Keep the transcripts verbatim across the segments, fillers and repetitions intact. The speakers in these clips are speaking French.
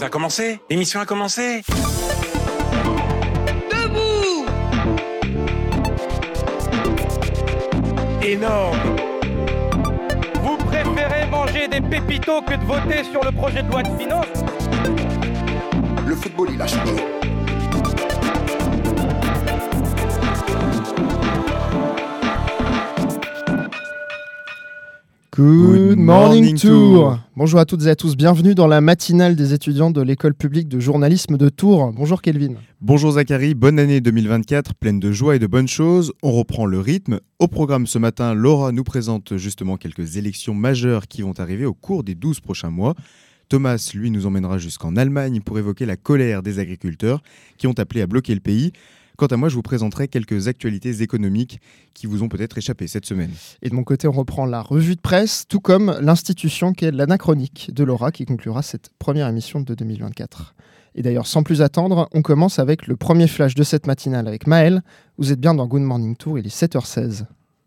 Ça a commencé? L'émission a commencé? Debout! Énorme! Vous préférez manger des pépitos que de voter sur le projet de loi de finances? Le football, il a changé. Good morning Tour. Bonjour à toutes et à tous, bienvenue dans la matinale des étudiants de l'école publique de journalisme de Tours. Bonjour Kelvin. Bonjour Zachary, bonne année deux mille vingt-quatre, pleine de joie et de bonnes choses. On reprend le rythme. Au programme ce matin, Laura nous présente justement quelques élections majeures qui vont arriver au cours des douze prochains mois. Thomas, lui, nous emmènera jusqu'en Allemagne pour évoquer la colère des agriculteurs qui ont appelé à bloquer le pays. Quant à moi, je vous présenterai quelques actualités économiques qui vous ont peut-être échappé cette semaine. Et de mon côté, on reprend la revue de presse, tout comme l'institution qu'est l'Anachronique de Laura qui conclura cette première émission de deux mille vingt-quatre. Et d'ailleurs, sans plus attendre, on commence avec le premier flash de cette matinale avec Maël. Vous êtes bien dans Good Morning Tour, il est sept heures seize.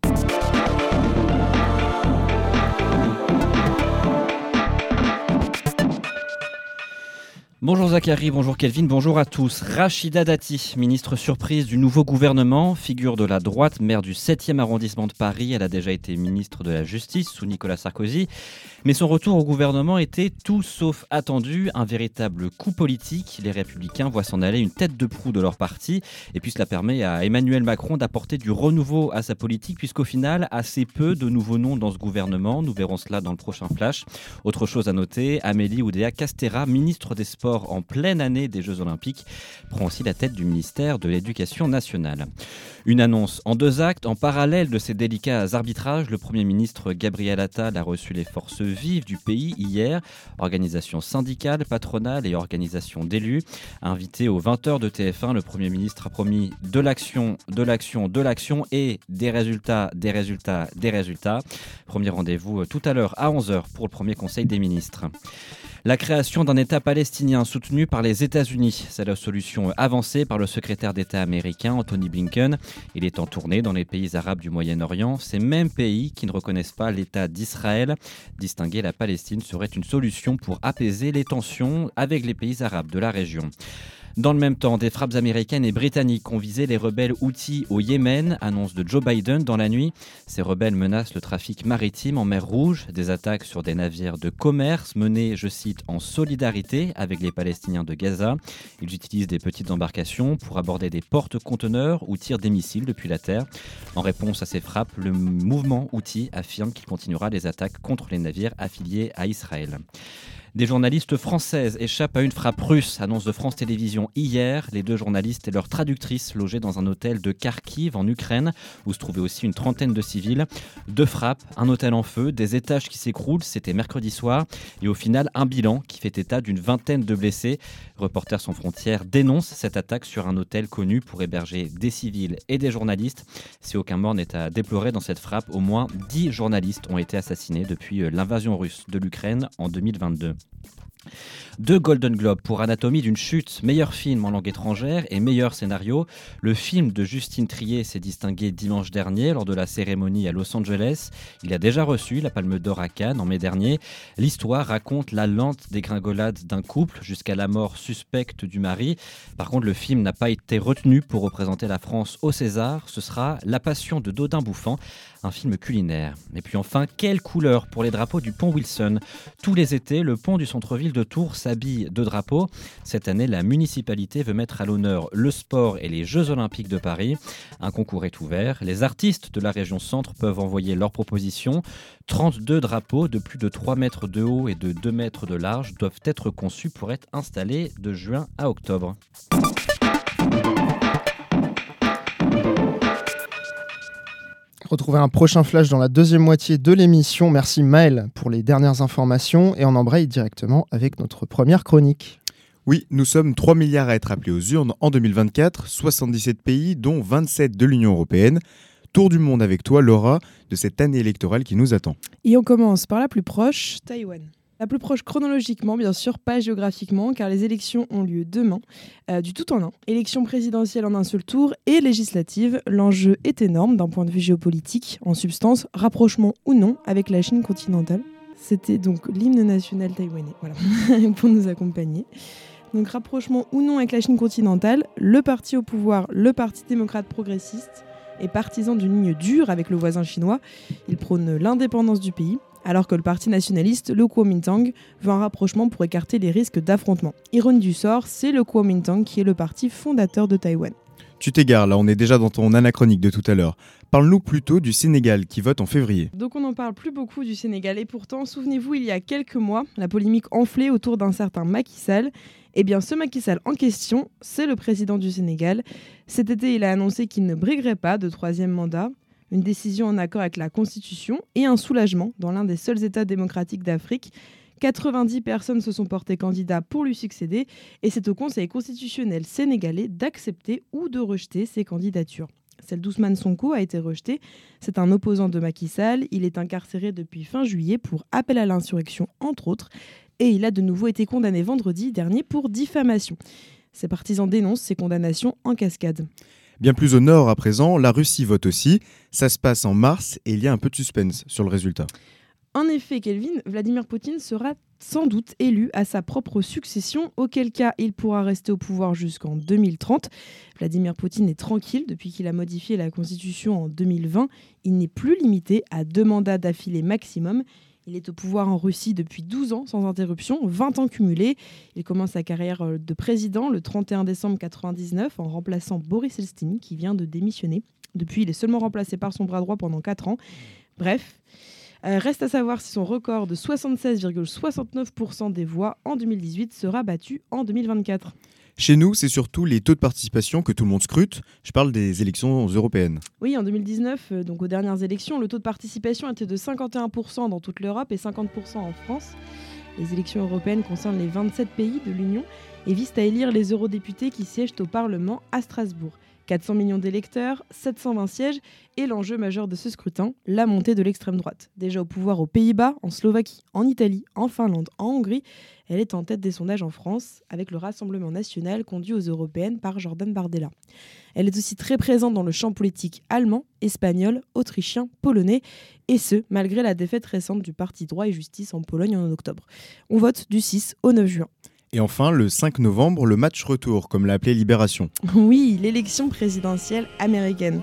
Bonjour Zachary, bonjour Kelvin, bonjour à tous. Rachida Dati, ministre surprise du nouveau gouvernement, figure de la droite, maire du septième arrondissement de Paris. Elle a déjà été ministre de la Justice sous Nicolas Sarkozy. Mais son retour au gouvernement était tout sauf attendu, un véritable coup politique. Les Républicains voient s'en aller une tête de proue de leur parti. Et puis cela permet à Emmanuel Macron d'apporter du renouveau à sa politique, puisqu'au final, assez peu de nouveaux noms dans ce gouvernement. Nous verrons cela dans le prochain flash. Autre chose à noter, Amélie Oudéa-Castéra, ministre des Sports en pleine année des Jeux Olympiques, prend aussi la tête du ministère de l'Éducation nationale. Une annonce en deux actes. En parallèle de ces délicats arbitrages, le Premier ministre Gabriel Attal a reçu les forces vives du pays hier, organisations syndicales, patronales et organisations d'élus. Invité aux vingt heures de T F un, le Premier ministre a promis de l'action, de l'action, de l'action et des résultats, des résultats, des résultats. Premier rendez-vous tout à l'heure à onze heures pour le premier Conseil des ministres. La création d'un État palestinien soutenu par les États-Unis, c'est la solution avancée par le secrétaire d'État américain Anthony Blinken. Il est en tournée dans les pays arabes du Moyen-Orient, ces mêmes pays qui ne reconnaissent pas l'État d'Israël. Distinguer la Palestine serait une solution pour apaiser les tensions avec les pays arabes de la région. Dans le même temps, des frappes américaines et britanniques ont visé les rebelles Houthis au Yémen, annonce de Joe Biden dans la nuit. Ces rebelles menacent le trafic maritime en mer Rouge, des attaques sur des navires de commerce menées, je cite, en solidarité avec les Palestiniens de Gaza. Ils utilisent des petites embarcations pour aborder des porte-conteneurs ou tirent des missiles depuis la terre. En réponse à ces frappes, le mouvement Houthi affirme qu'il continuera les attaques contre les navires affiliés à Israël. Des journalistes françaises échappent à une frappe russe, annonce de France Télévisions hier. Les deux journalistes et leur traductrice logés dans un hôtel de Kharkiv en Ukraine, où se trouvait aussi une trentaine de civils. Deux frappes, un hôtel en feu, des étages qui s'écroulent, c'était mercredi soir. Et au final, un bilan qui fait état d'une vingtaine de blessés. Reporters sans frontières dénonce cette attaque sur un hôtel connu pour héberger des civils et des journalistes. Si aucun mort n'est à déplorer dans cette frappe, au moins dix journalistes ont été assassinés depuis l'invasion russe de l'Ukraine en deux mille vingt-deux. Deux Golden Globes pour Anatomie d'une chute, meilleur film en langue étrangère et meilleur scénario. Le film de Justine Triet s'est distingué dimanche dernier lors de la cérémonie à Los Angeles. Il a déjà reçu la Palme d'Or à Cannes en mai dernier. L'histoire raconte la lente dégringolade d'un couple jusqu'à la mort suspecte du mari. Par contre, le film n'a pas été retenu pour représenter la France au César. Ce sera La Passion de Dodin Bouffant, un film culinaire. Et puis enfin, quelle couleur pour les drapeaux du pont Wilson. Tous les étés, le pont du centre-ville de Tours s'habille de drapeaux. Cette année, la municipalité veut mettre à l'honneur le sport et les Jeux Olympiques de Paris. Un concours est ouvert. Les artistes de la région Centre peuvent envoyer leurs propositions. trente-deux drapeaux de plus de trois mètres de haut et de deux mètres de large doivent être conçus pour être installés de juin à octobre. Retrouvez un prochain flash dans la deuxième moitié de l'émission. Merci Maël pour les dernières informations et on embraye directement avec notre première chronique. Oui, nous sommes trois milliards à être appelés aux urnes en deux mille vingt-quatre, soixante-dix-sept pays dont vingt-sept de l'Union européenne. Tour du monde avec toi Laura de cette année électorale qui nous attend. Et on commence par la plus proche, Taïwan. La plus proche chronologiquement, bien sûr, pas géographiquement, car les élections ont lieu demain, euh, du tout en un. Élection présidentielle en un seul tour et législative. L'enjeu est énorme d'un point de vue géopolitique, en substance, rapprochement ou non avec la Chine continentale. C'était donc l'hymne national taïwanais, voilà, pour nous accompagner. Donc rapprochement ou non avec la Chine continentale, le parti au pouvoir, le Parti démocrate progressiste, est partisan d'une ligne dure avec le voisin chinois. Il prône l'indépendance du pays, alors que le parti nationaliste, le Kuomintang, veut un rapprochement pour écarter les risques d'affrontement. Ironie du sort, c'est le Kuomintang qui est le parti fondateur de Taïwan. Tu t'égares, là on est déjà dans ton anachronique de tout à l'heure. Parle-nous plutôt du Sénégal qui vote en février. Donc on n'en parle plus beaucoup du Sénégal et pourtant, souvenez-vous, il y a quelques mois, la polémique enflait autour d'un certain Macky Sall. Eh bien ce Macky Sall en question, c'est le président du Sénégal. Cet été, il a annoncé qu'il ne briguerait pas de troisième mandat, une décision en accord avec la Constitution et un soulagement dans l'un des seuls États démocratiques d'Afrique. quatre-vingt-dix personnes se sont portées candidats pour lui succéder et c'est au Conseil constitutionnel sénégalais d'accepter ou de rejeter ces candidatures. Celle d'Ousmane Sonko a été rejetée. C'est un opposant de Macky Sall. Il est incarcéré depuis fin juillet pour appel à l'insurrection, entre autres. Et il a de nouveau été condamné vendredi dernier pour diffamation. Ses partisans dénoncent ces condamnations en cascade. Bien plus au nord à présent, la Russie vote aussi. Ça se passe en mars et il y a un peu de suspense sur le résultat. En effet, Kelvin, Vladimir Poutine sera sans doute élu à sa propre succession, auquel cas il pourra rester au pouvoir jusqu'en deux mille trente. Vladimir Poutine est tranquille depuis qu'il a modifié la Constitution en deux mille vingt. Il n'est plus limité à deux mandats d'affilée maximum. Il est au pouvoir en Russie depuis douze ans sans interruption, vingt ans cumulés. Il commence sa carrière de président le trente et un décembre quatre-vingt-dix-neuf en remplaçant Boris Eltsine qui vient de démissionner. Depuis, il est seulement remplacé par son bras droit pendant quatre ans. Bref, euh, reste à savoir si son record de soixante-seize virgule soixante-neuf pour cent des voix en deux mille dix-huit sera battu en deux mille vingt-quatre. Chez nous, c'est surtout les taux de participation que tout le monde scrute. Je parle des élections européennes. Oui, en deux mille dix-neuf, euh, donc aux dernières élections, le taux de participation était de cinquante et un pour cent dans toute l'Europe et cinquante pour cent en France. Les élections européennes concernent les vingt-sept pays de l'Union et visent à élire les eurodéputés qui siègent au Parlement à Strasbourg. quatre cents millions d'électeurs, sept cent vingt sièges et l'enjeu majeur de ce scrutin, la montée de l'extrême droite. Déjà au pouvoir aux Pays-Bas, en Slovaquie, en Italie, en Finlande, en Hongrie, elle est en tête des sondages en France avec le Rassemblement national conduit aux européennes par Jordan Bardella. Elle est aussi très présente dans le champ politique allemand, espagnol, autrichien, polonais et ce, malgré la défaite récente du parti Droit et Justice en Pologne en octobre. On vote du six au neuf juin. Et enfin, le cinq novembre, le match retour, comme l'a appelé Libération. Oui, l'élection présidentielle américaine,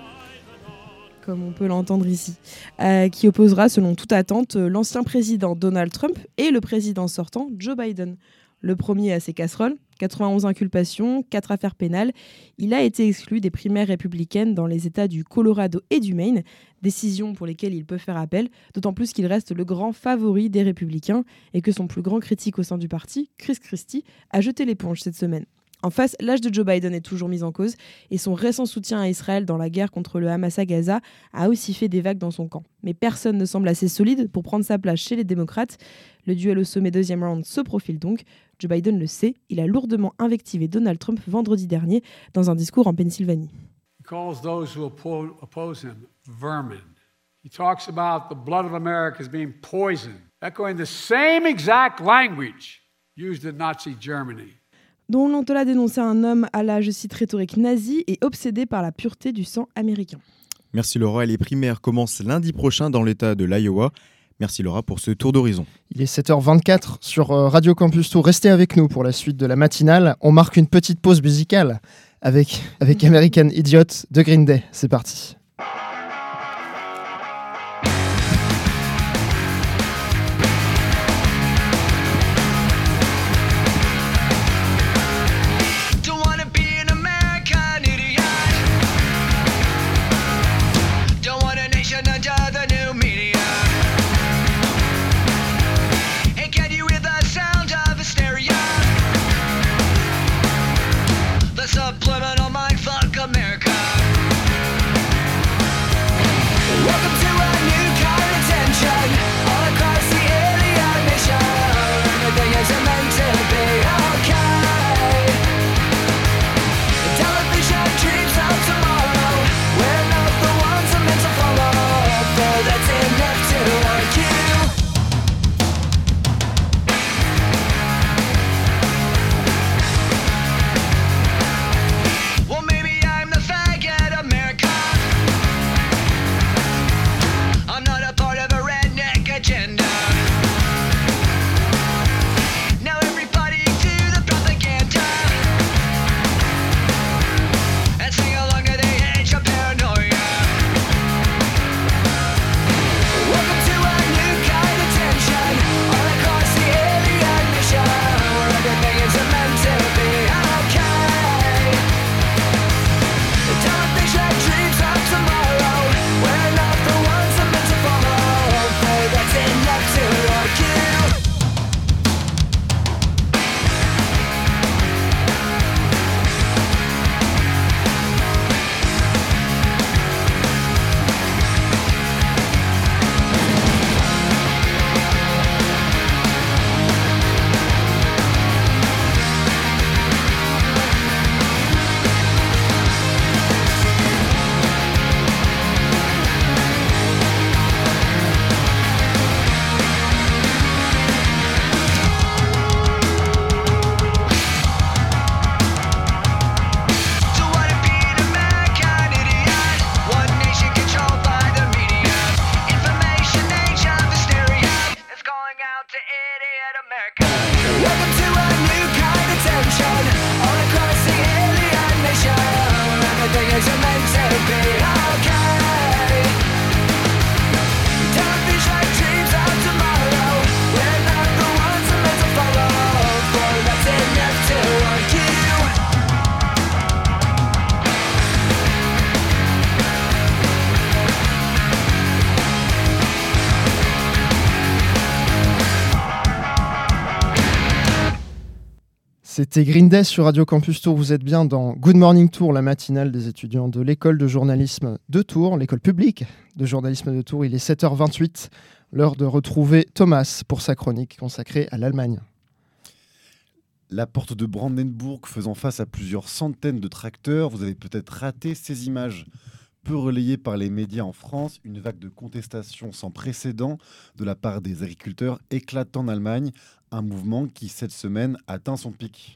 comme on peut l'entendre ici, euh, qui opposera, selon toute attente, l'ancien président Donald Trump et le président sortant Joe Biden. Le premier a ses casseroles, quatre-vingt-onze inculpations, quatre affaires pénales. Il a été exclu des primaires républicaines dans les États du Colorado et du Maine, décisions pour lesquelles il peut faire appel, d'autant plus qu'il reste le grand favori des républicains et que son plus grand critique au sein du parti, Chris Christie, a jeté l'éponge cette semaine. En face, l'âge de Joe Biden est toujours mis en cause et son récent soutien à Israël dans la guerre contre le Hamas à Gaza a aussi fait des vagues dans son camp. Mais personne ne semble assez solide pour prendre sa place chez les démocrates. Le duel au sommet deuxième round se profile donc. Joe Biden le sait, il a lourdement invectivé Donald Trump vendredi dernier dans un discours en Pennsylvanie. He calls those who oppose him vermin. He talks about the blood of America as being poisoned, echoing the same exact language used in Nazi Germany. Dont l'on te l'a dénoncé un homme à la, je cite, rhétorique nazie et obsédé par la pureté du sang américain. Merci Laura, les primaires commencent lundi prochain dans l'État de l'Iowa. Merci Laura pour ce tour d'horizon. Il est sept heures vingt-quatre sur Radio Campus Tour. Restez avec nous pour la suite de la matinale. On marque une petite pause musicale avec, avec American Idiot de Green Day. C'est parti. Subliminal mindfuck America. C'était Green Day sur Radio Campus Tours. Vous êtes bien dans Good Morning Tours, la matinale des étudiants de l'école de journalisme de Tours, l'école publique de journalisme de Tours. Il est sept heures vingt-huit, l'heure de retrouver Thomas pour sa chronique consacrée à l'Allemagne. La porte de Brandenburg faisant face à plusieurs centaines de tracteurs, vous avez peut-être raté ces images. Peu relayées par les médias en France, une vague de contestation sans précédent de la part des agriculteurs éclate en Allemagne, un mouvement qui, cette semaine, atteint son pic.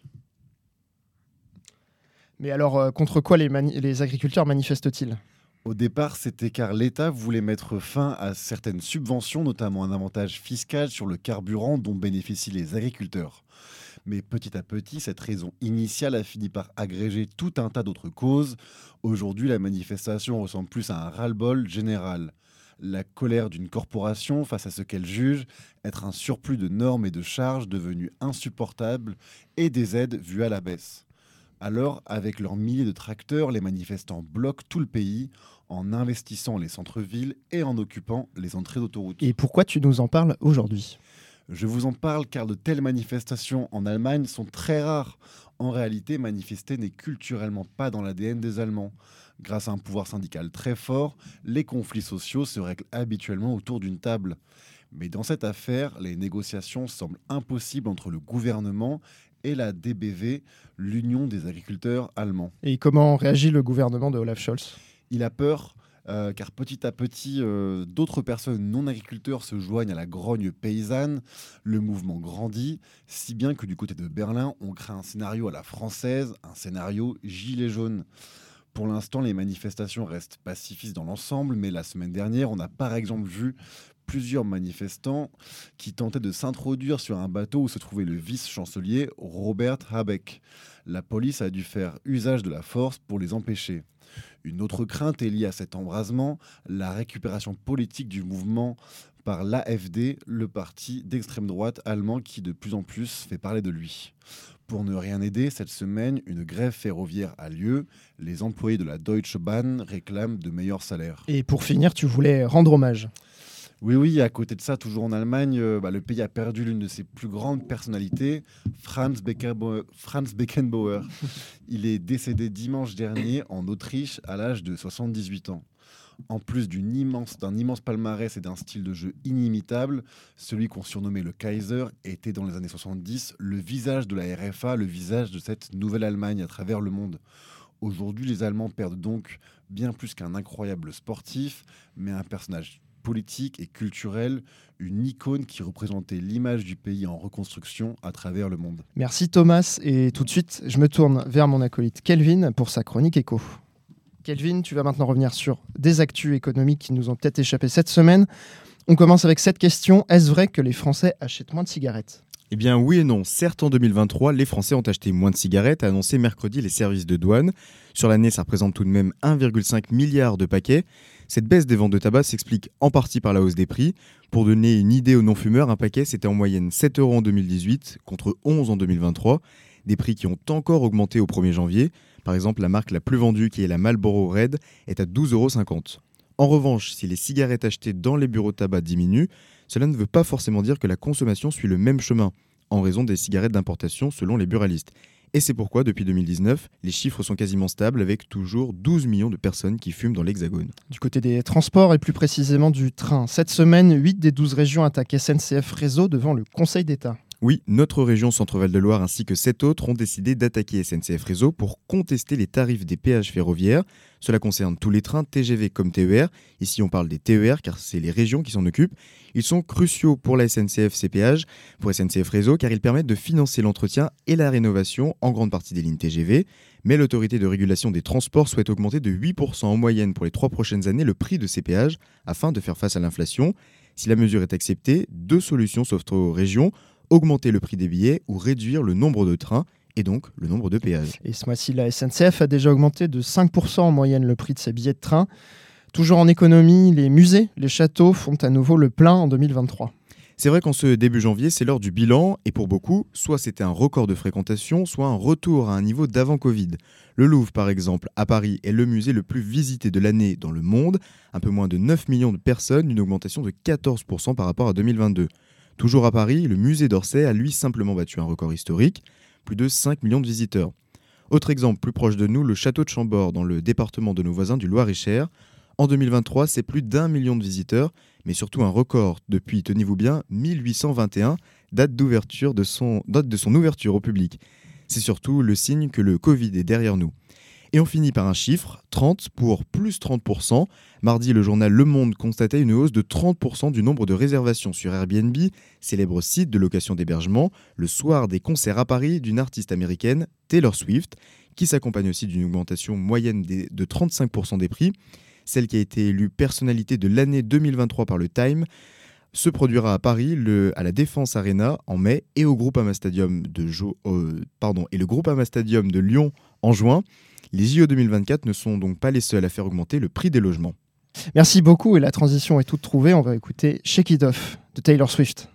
Mais alors, euh, contre quoi les, mani- les agriculteurs manifestent-ils ? Au départ, c'était car l'État voulait mettre fin à certaines subventions, notamment un avantage fiscal sur le carburant dont bénéficient les agriculteurs. Mais petit à petit, cette raison initiale a fini par agréger tout un tas d'autres causes. Aujourd'hui, la manifestation ressemble plus à un ras-le-bol général. La colère d'une corporation face à ce qu'elle juge être un surplus de normes et de charges devenues insupportables et des aides vues à la baisse. Alors, avec leurs milliers de tracteurs, les manifestants bloquent tout le pays en investissant les centres-villes et en occupant les entrées d'autoroutes. Et pourquoi tu nous en parles aujourd'hui ? Je vous en parle car de telles manifestations en Allemagne sont très rares. En réalité, manifester n'est culturellement pas dans l'A D N des Allemands. Grâce à un pouvoir syndical très fort, les conflits sociaux se règlent habituellement autour d'une table. Mais dans cette affaire, les négociations semblent impossibles entre le gouvernement et la D B V, l'Union des agriculteurs allemands. Et comment réagit le gouvernement de Olaf Scholz ? Il a peur. Euh, car petit à petit, euh, d'autres personnes non-agriculteurs se joignent à la grogne paysanne. Le mouvement grandit, si bien que du côté de Berlin, on crée un scénario à la française, un scénario gilet jaune. Pour l'instant, les manifestations restent pacifistes dans l'ensemble, mais la semaine dernière, on a par exemple vu plusieurs manifestants qui tentaient de s'introduire sur un bateau où se trouvait le vice-chancelier Robert Habeck. La police a dû faire usage de la force pour les empêcher. Une autre crainte est liée à cet embrasement, la récupération politique du mouvement par l'A F D, le parti d'extrême droite allemand qui de plus en plus fait parler de lui. Pour ne rien aider, cette semaine, une grève ferroviaire a lieu. Les employés de la Deutsche Bahn réclament de meilleurs salaires. Et pour finir, tu voulais rendre hommage. Oui, oui, à côté de ça, toujours en Allemagne, euh, bah, le pays a perdu l'une de ses plus grandes personnalités, Franz Beckenbauer. Franz Beckenbauer. Il est décédé dimanche dernier en Autriche à l'âge de soixante-dix-huit ans. En plus d'une immense, d'un immense palmarès et d'un style de jeu inimitable, celui qu'on surnommait le Kaiser était dans les années soixante-dix le visage de la R F A, le visage de cette nouvelle Allemagne à travers le monde. Aujourd'hui, les Allemands perdent donc bien plus qu'un incroyable sportif, mais un personnage politique et culturel, une icône qui représentait l'image du pays en reconstruction à travers le monde. Merci Thomas, et tout de suite, je me tourne vers mon acolyte Kelvin pour sa chronique éco. Kelvin, tu vas maintenant revenir sur des actus économiques qui nous ont peut-être échappé cette semaine. On commence avec cette question, est-ce vrai que les Français achètent moins de cigarettes ? Eh bien oui et non. Certes, en deux mille vingt-trois, les Français ont acheté moins de cigarettes, a annoncé mercredi les services de douane. Sur l'année, ça représente tout de même un virgule cinq milliard de paquets. Cette baisse des ventes de tabac s'explique en partie par la hausse des prix. Pour donner une idée aux non-fumeurs, un paquet c'était en moyenne sept euros en deux mille dix-huit contre onze en deux mille vingt-trois. Des prix qui ont encore augmenté au premier janvier. Par exemple, la marque la plus vendue, qui est la Marlboro Red, est à douze euros cinquante. En revanche, si les cigarettes achetées dans les bureaux de tabac diminuent, cela ne veut pas forcément dire que la consommation suit le même chemin, en raison des cigarettes d'importation selon les buralistes. Et c'est pourquoi, depuis deux mille dix-neuf, les chiffres sont quasiment stables avec toujours douze millions de personnes qui fument dans l'Hexagone. Du côté des transports et plus précisément du train, cette semaine, huit des douze régions attaquent S N C F Réseau devant le Conseil d'État. Oui, notre région Centre-Val de Loire ainsi que sept autres ont décidé d'attaquer S N C F Réseau pour contester les tarifs des péages ferroviaires. Cela concerne tous les trains, T G V comme T E R. Ici, on parle des T E R car c'est les régions qui s'en occupent. Ils sont cruciaux pour la S N C F, ces péages, pour S N C F Réseau, car ils permettent de financer l'entretien et la rénovation en grande partie des lignes T G V. Mais l'autorité de régulation des transports souhaite augmenter de huit pour cent en moyenne pour les trois prochaines années le prix de ces péages afin de faire face à l'inflation. Si la mesure est acceptée, deux solutions s'offrent aux régions, augmenter le prix des billets ou réduire le nombre de trains et donc le nombre de péages. Et ce mois-ci, la S N C F a déjà augmenté de cinq pour cent en moyenne le prix de ses billets de train. Toujours en économie, les musées, les châteaux font à nouveau le plein en deux mille vingt-trois. C'est vrai qu'en ce début janvier, c'est l'heure du bilan, et pour beaucoup, soit c'était un record de fréquentation, soit un retour à un niveau d'avant-Covid. Le Louvre, par exemple, à Paris, est le musée le plus visité de l'année dans le monde, un peu moins de neuf millions de personnes, une augmentation de quatorze pour cent par rapport à deux mille vingt-deux. Toujours à Paris, le musée d'Orsay a lui simplement battu un record historique, plus de cinq millions de visiteurs. Autre exemple plus proche de nous, le château de Chambord, dans le département de nos voisins du Loir-et-Cher. En deux mille vingt-trois, c'est plus d'un million de visiteurs, mais surtout un record depuis, tenez-vous bien, mille huit cent vingt et un, date, d'ouverture de son, date de son ouverture au public. C'est surtout le signe que le Covid est derrière nous. Et on finit par un chiffre, trente pour plus trente pour cent. Mardi, le journal Le Monde constatait une hausse de trente pour cent du nombre de réservations sur Airbnb, célèbre site de location d'hébergement, le soir des concerts à Paris d'une artiste américaine, Taylor Swift, qui s'accompagne aussi d'une augmentation moyenne des, de trente-cinq pour cent des prix. Celle qui a été élue personnalité de l'année deux mille vingt-trois par le Time se produira à Paris, le, à la Défense Arena en mai et au Groupama Stadium de, jo, euh, pardon, et le Groupama Stadium de Lyon en juin. Les J O deux mille vingt-quatre ne sont donc pas les seuls à faire augmenter le prix des logements. Merci beaucoup et la transition est toute trouvée. On va écouter Shake It Off de Taylor Swift.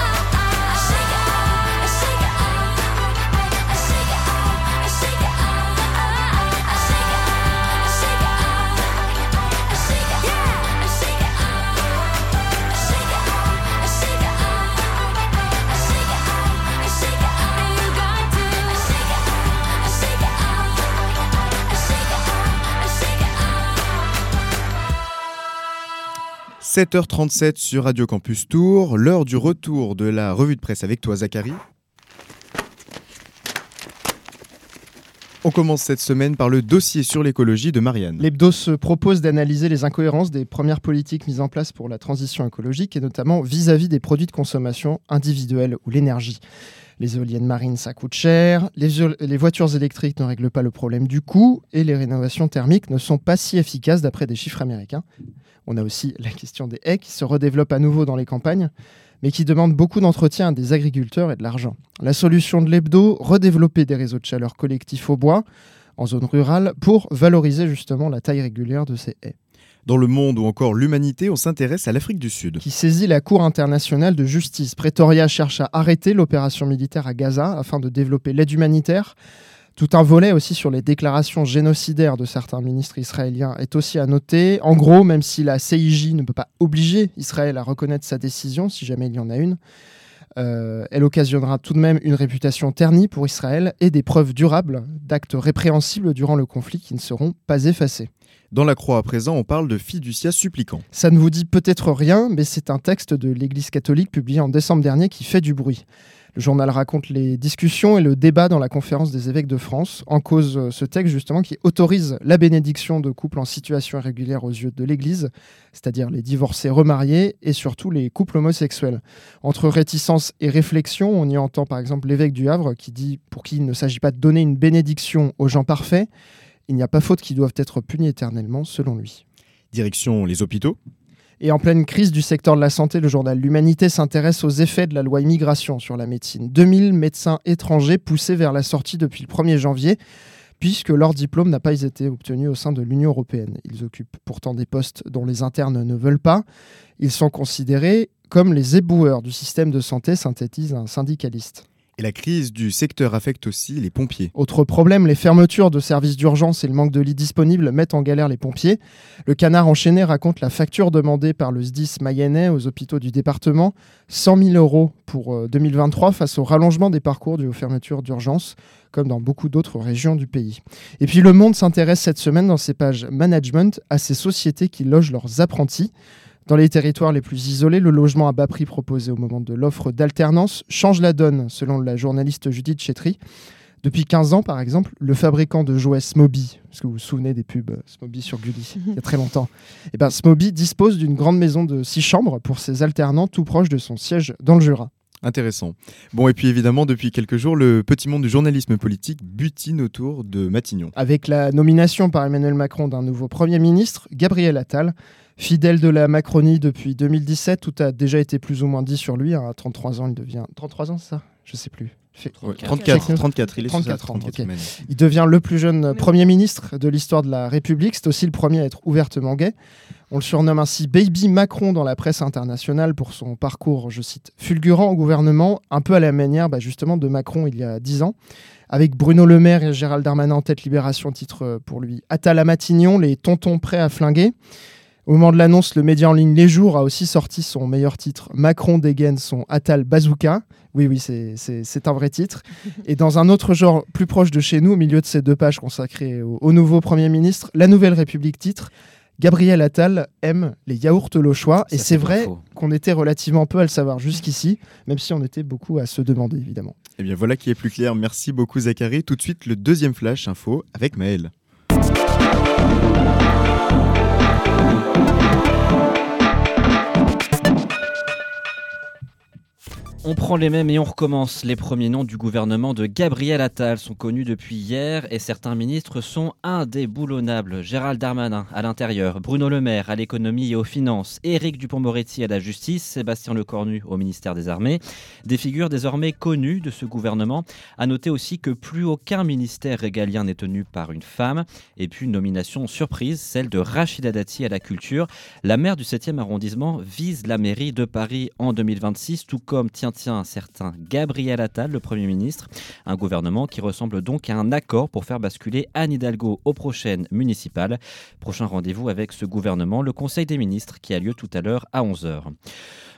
Shake it sept heures trente-sept sur Radio Campus Tours, l'heure du retour de la revue de presse avec toi Zachary. On commence cette semaine par le dossier sur l'écologie de Marianne. L'hebdo se propose d'analyser les incohérences des premières politiques mises en place pour la transition écologique et notamment vis-à-vis des produits de consommation individuelle ou l'énergie. Les éoliennes marines, ça coûte cher, les, les voitures électriques ne règlent pas le problème du coût et les rénovations thermiques ne sont pas si efficaces d'après des chiffres américains. On a aussi la question des haies qui se redéveloppent à nouveau dans les campagnes, mais qui demandent beaucoup d'entretien à des agriculteurs et de l'argent. La solution de l'hebdo, redévelopper des réseaux de chaleur collectifs au bois, en zone rurale, pour valoriser justement la taille régulière de ces haies. Dans Le Monde ou encore l'Humanité, on s'intéresse à l'Afrique du Sud. Qui saisit la Cour internationale de justice. Pretoria cherche à arrêter l'opération militaire à Gaza afin de développer l'aide humanitaire. Tout un volet aussi sur les déclarations génocidaires de certains ministres israéliens est aussi à noter. En gros, même si la C I J ne peut pas obliger Israël à reconnaître sa décision, si jamais il y en a une, euh, elle occasionnera tout de même une réputation ternie pour Israël et des preuves durables d'actes répréhensibles durant le conflit qui ne seront pas effacés. Dans La Croix à présent, on parle de fiducia supplicant. Ça ne vous dit peut-être rien, mais c'est un texte de l'Église catholique publié en décembre dernier qui fait du bruit. Le journal raconte les discussions et le débat dans la conférence des évêques de France. En cause, ce texte justement qui autorise la bénédiction de couples en situation irrégulière aux yeux de l'Église, c'est-à-dire les divorcés remariés et surtout les couples homosexuels. Entre réticence et réflexion, on y entend par exemple l'évêque du Havre qui dit pour qui il ne s'agit pas de donner une bénédiction aux gens parfaits, il n'y a pas faute qu'ils doivent être punis éternellement selon lui. Direction les hôpitaux. Et en pleine crise du secteur de la santé, le journal L'Humanité s'intéresse aux effets de la loi immigration sur la médecine. deux mille médecins étrangers poussés vers la sortie depuis le premier janvier, puisque leur diplôme n'a pas été obtenu au sein de l'Union européenne. Ils occupent pourtant des postes dont les internes ne veulent pas. Ils sont considérés comme les éboueurs du système de santé, synthétise un syndicaliste. Et la crise du secteur affecte aussi les pompiers. Autre problème, les fermetures de services d'urgence et le manque de lits disponibles mettent en galère les pompiers. Le Canard enchaîné raconte la facture demandée par le S D I S mayennais aux hôpitaux du département, cent mille euros pour deux mille vingt-trois face au rallongement des parcours dû aux fermetures d'urgence, comme dans beaucoup d'autres régions du pays. Et puis Le Monde s'intéresse cette semaine dans ses pages management à ces sociétés qui logent leurs apprentis. Dans les territoires les plus isolés, le logement à bas prix proposé au moment de l'offre d'alternance change la donne, selon la journaliste Judith Chetry. Depuis quinze ans, par exemple, le fabricant de jouets Smoby, est-ce que vous vous souvenez des pubs Smoby sur Gulli, il y a très longtemps, et ben, Smoby dispose d'une grande maison de six chambres pour ses alternants tout proche de son siège dans le Jura. Intéressant. Bon, et puis évidemment, depuis quelques jours, le petit monde du journalisme politique butine autour de Matignon. Avec la nomination par Emmanuel Macron d'un nouveau Premier ministre, Gabriel Attal, fidèle de la Macronie depuis deux mille dix-sept, tout a déjà été plus ou moins dit sur lui. À trente-trois ans, il devient... trente-trois ans, c'est ça ? Je ne sais plus. Fait... Ouais, trente-quatre, trente-quatre, il est trente-quatre ans, trente-quatre okay. Il devient le plus jeune Premier ministre de l'histoire de la République. C'est aussi le premier à être ouvertement gay. On le surnomme ainsi Baby Macron dans la presse internationale pour son parcours, je cite, fulgurant au gouvernement, un peu à la manière bah, justement de Macron il y a dix ans. Avec Bruno Le Maire et Gérald Darmanin en tête, Libération titre pour lui Attal à Matignon, les tontons prêts à flinguer. Au moment de l'annonce, le média en ligne Les Jours a aussi sorti son meilleur titre, Macron dégaine son Attal Bazooka. Oui, oui, c'est, c'est, c'est un vrai titre. Et dans un autre genre plus proche de chez nous, au milieu de ces deux pages consacrées au, au nouveau Premier ministre, La Nouvelle République titre Gabriel Attal aime les yaourts Lochois. Et c'est vrai faux. Qu'on était relativement peu à le savoir jusqu'ici, même si on était beaucoup à se demander, évidemment. Eh bien voilà qui est plus clair. Merci beaucoup Zachary. Tout de suite, le deuxième flash info avec Maël. On prend les mêmes et on recommence. Les premiers noms du gouvernement de Gabriel Attal sont connus depuis hier et certains ministres sont indéboulonnables. Gérald Darmanin à l'intérieur, Bruno Le Maire à l'économie et aux finances, Éric Dupond-Moretti à la justice, Sébastien Lecornu au ministère des Armées. Des figures désormais connues de ce gouvernement. À noter aussi que plus aucun ministère régalien n'est tenu par une femme. Et puis une nomination surprise, celle de Rachida Dati à la culture. La maire du septième arrondissement vise la mairie de Paris en deux mille vingt-six, tout comme tient Tient un certain Gabriel Attal, le Premier ministre. Un gouvernement qui ressemble donc à un accord pour faire basculer Anne Hidalgo aux prochaines municipales. Prochain rendez-vous avec ce gouvernement, le Conseil des ministres qui a lieu tout à l'heure à onze heures.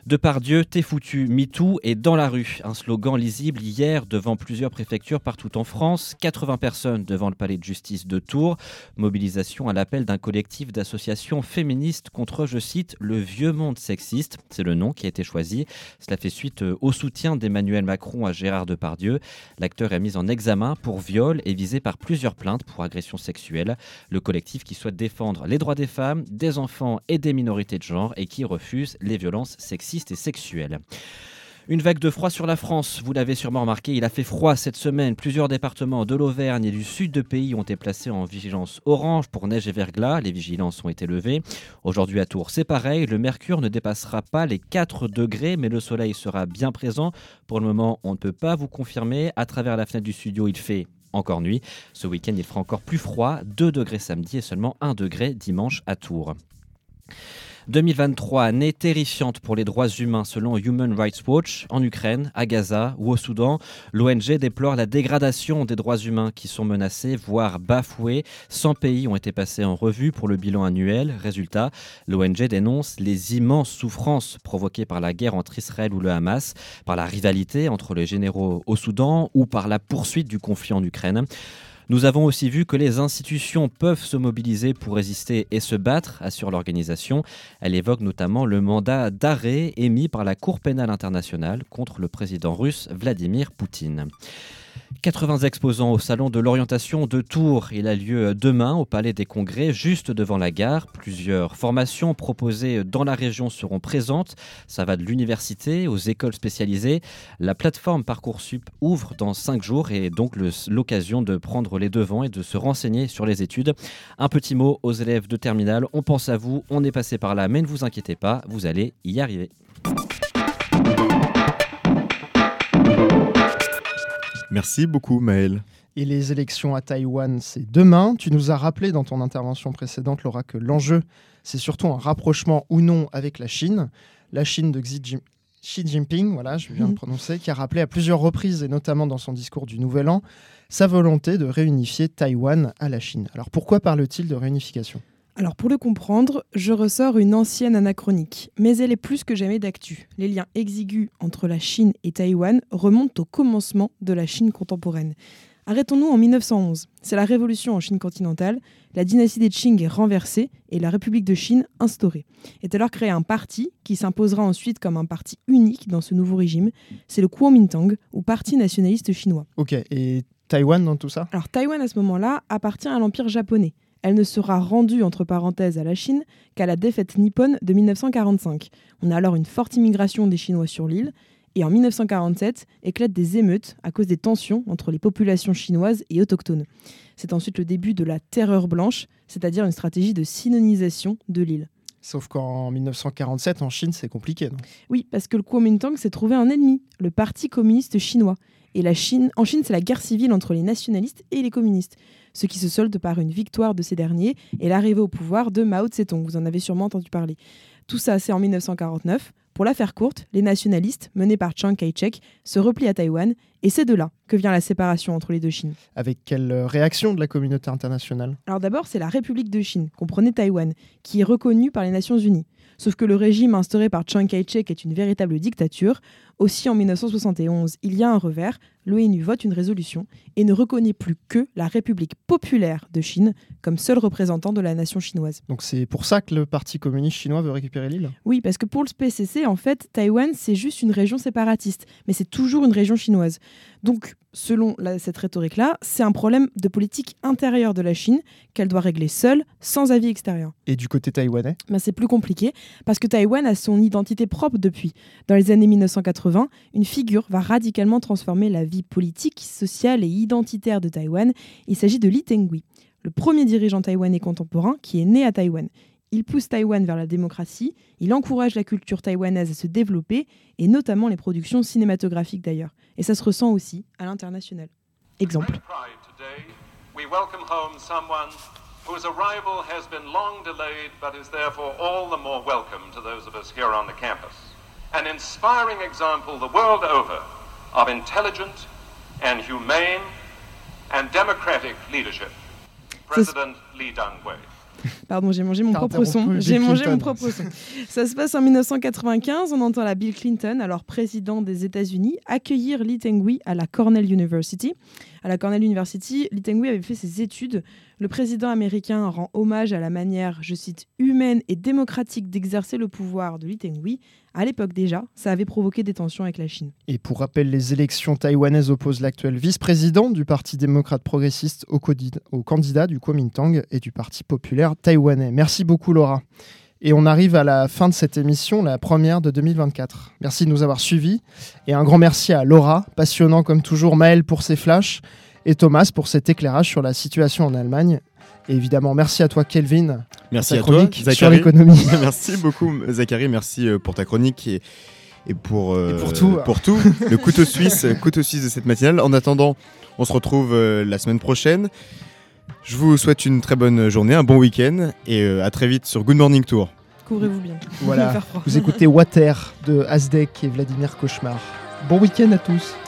Depardieu, t'es foutu, MeToo est dans la rue. Un slogan lisible hier devant plusieurs préfectures partout en France. quatre-vingts personnes devant le palais de justice de Tours. Mobilisation à l'appel d'un collectif d'associations féministes contre, je cite, le vieux monde sexiste. C'est le nom qui a été choisi. Cela fait suite au soutien d'Emmanuel Macron à Gérard Depardieu. L'acteur est mis en examen pour viol et visé par plusieurs plaintes pour agression sexuelle. Le collectif qui souhaite défendre les droits des femmes, des enfants et des minorités de genre et qui refuse les violences sexistes et sexuelle. Une vague de froid sur la France, vous l'avez sûrement remarqué, il a fait froid cette semaine. Plusieurs départements de l'Auvergne et du sud de pays ont été placés en vigilance orange pour neige et verglas. Les vigilances ont été levées. Aujourd'hui à Tours, c'est pareil, le mercure ne dépassera pas les quatre degrés, mais le soleil sera bien présent. Pour le moment, on ne peut pas vous confirmer. À travers la fenêtre du studio, il fait encore nuit. Ce week-end, il fera encore plus froid, deux degrés samedi et seulement un degré dimanche à Tours. deux mille vingt-trois, année terrifiante pour les droits humains selon Human Rights Watch. En Ukraine, à Gaza ou au Soudan, l'O N G déplore la dégradation des droits humains qui sont menacés, voire bafoués. cent pays ont été passés en revue pour le bilan annuel. Résultat, l'O N G dénonce les immenses souffrances provoquées par la guerre entre Israël ou le Hamas, par la rivalité entre les généraux au Soudan ou par la poursuite du conflit en Ukraine. Nous avons aussi vu que les institutions peuvent se mobiliser pour résister et se battre, assure l'organisation. Elle évoque notamment le mandat d'arrêt émis par la Cour pénale internationale contre le président russe Vladimir Poutine. quatre-vingts exposants au salon de l'orientation de Tours. Il a lieu demain au Palais des Congrès, juste devant la gare. Plusieurs formations proposées dans la région seront présentes. Ça va de l'université aux écoles spécialisées. La plateforme Parcoursup ouvre dans cinq jours et donc le, l'occasion de prendre les devants et de se renseigner sur les études. Un petit mot aux élèves de terminale. On pense à vous, on est passé par là, mais ne vous inquiétez pas, vous allez y arriver. Merci beaucoup Maël. Et les élections à Taïwan, c'est demain. Tu nous as rappelé dans ton intervention précédente, Laura, que l'enjeu, c'est surtout un rapprochement ou non avec la Chine. La Chine de Xi Jinping, Xi Jinping, voilà, je viens de le prononcer, qui a rappelé à plusieurs reprises, et notamment dans son discours du Nouvel An, sa volonté de réunifier Taïwan à la Chine. Alors pourquoi parle-t-il de réunification ? Alors pour le comprendre, je ressors une ancienne anachronique, mais elle est plus que jamais d'actu. Les liens exigus entre la Chine et Taïwan remontent au commencement de la Chine contemporaine. Arrêtons-nous en mille neuf cent onze. C'est la révolution en Chine continentale, la dynastie des Qing est renversée et la République de Chine instaurée. Est alors créé un parti qui s'imposera ensuite comme un parti unique dans ce nouveau régime. C'est le Kuomintang, ou Parti nationaliste chinois. Ok, et Taïwan dans tout ça ? Alors Taïwan à ce moment-là appartient à l'Empire japonais. Elle ne sera rendue, entre parenthèses, à la Chine qu'à la défaite nippone de mille neuf cent quarante-cinq. On a alors une forte immigration des Chinois sur l'île. Et en mille neuf cent quarante-sept, éclatent des émeutes à cause des tensions entre les populations chinoises et autochtones. C'est ensuite le début de la terreur blanche, c'est-à-dire une stratégie de sinonisation de l'île. Sauf qu'en mille neuf cent quarante-sept, en Chine, c'est compliqué, non ? Oui, parce que le Kuomintang s'est trouvé un ennemi, le Parti communiste chinois. Et la Chine, en Chine, c'est la guerre civile entre les nationalistes et les communistes, ce qui se solde par une victoire de ces derniers et l'arrivée au pouvoir de Mao Tse-tung. Vous en avez sûrement entendu parler. Tout ça, c'est en mille neuf cent quarante-neuf. Pour la faire courte, les nationalistes, menés par Chiang Kai-shek, se replient à Taïwan, et c'est de là que vient la séparation entre les deux Chines. Avec quelle réaction de la communauté internationale ? Alors d'abord, c'est la République de Chine, comprenez Taïwan, qui est reconnue par les Nations Unies. Sauf que le régime instauré par Chiang Kai-shek est une véritable dictature. Aussi, en mille neuf cent soixante et onze, il y a un revers. L'ONU vote une résolution et ne reconnaît plus que la République populaire de Chine comme seul représentant de la nation chinoise. Donc c'est pour ça que le Parti communiste chinois veut récupérer l'île ? Oui, parce que pour le P C C, en fait, Taïwan, c'est juste une région séparatiste, mais c'est toujours une région chinoise. Donc, selon la, cette rhétorique-là, c'est un problème de politique intérieure de la Chine qu'elle doit régler seule, sans avis extérieur. Et du côté taïwanais ? Ben, c'est plus compliqué, parce que Taïwan a son identité propre depuis. Dans les années mille neuf cent quatre-vingts, une figure va radicalement transformer la vie politique, sociale et identitaire de Taïwan. Il s'agit de Lee Teng-hui, le premier dirigeant taïwanais contemporain qui est né à Taïwan. Il pousse Taïwan vers la démocratie, il encourage la culture taïwanaise à se développer, et notamment les productions cinématographiques d'ailleurs. Et ça se ressent aussi à l'international. Exemple. We welcome home someone whose arrival has been long delayed but is therefore all the more welcome to those of us here on the campus. An inspiring example the world over of intelligent and humane and democratic leadership. President Lee Teng-hui. Pardon, j'ai mangé mon T'as propre son. interrompu J'ai Bill mangé Clinton. mon propre son. Ça se passe en mille neuf cent quatre-vingt-quinze. On entend la Bill Clinton, alors président des États-Unis, accueillir Lee Teng-hui à la Cornell University. À la Cornell University, Lee Teng-hui avait fait ses études. Le président américain rend hommage à la manière, je cite, humaine et démocratique d'exercer le pouvoir de Lee Teng-hui. À l'époque déjà, ça avait provoqué des tensions avec la Chine. Et pour rappel, les élections taïwanaises opposent l'actuel vice-président du Parti démocrate progressiste au, codi- au candidat du Kuomintang et du Parti populaire taïwanais. Merci beaucoup Laura. Et on arrive à la fin de cette émission, la première de deux mille vingt-quatre. Merci de nous avoir suivis. Et un grand merci à Laura, passionnant comme toujours, Maël pour ses flashs et Thomas pour cet éclairage sur la situation en Allemagne. Et évidemment, merci à toi Kelvin. Merci ta à toi, chronique Zachary. sur l'économie. Merci beaucoup, Zachary. Merci euh, pour ta chronique et, et, pour, euh, Et pour tout. Pour tout. Le couteau suisse, couteau suisse de cette matinale. En attendant, on se retrouve euh, la semaine prochaine. Je vous souhaite une très bonne journée, un bon week-end et euh, à très vite sur Good Morning Tour. Couvrez-vous bien. Il va Voilà, faire froid. vous écoutez Water de Azdek et Vladimir Cauchemar. Bon week-end à tous.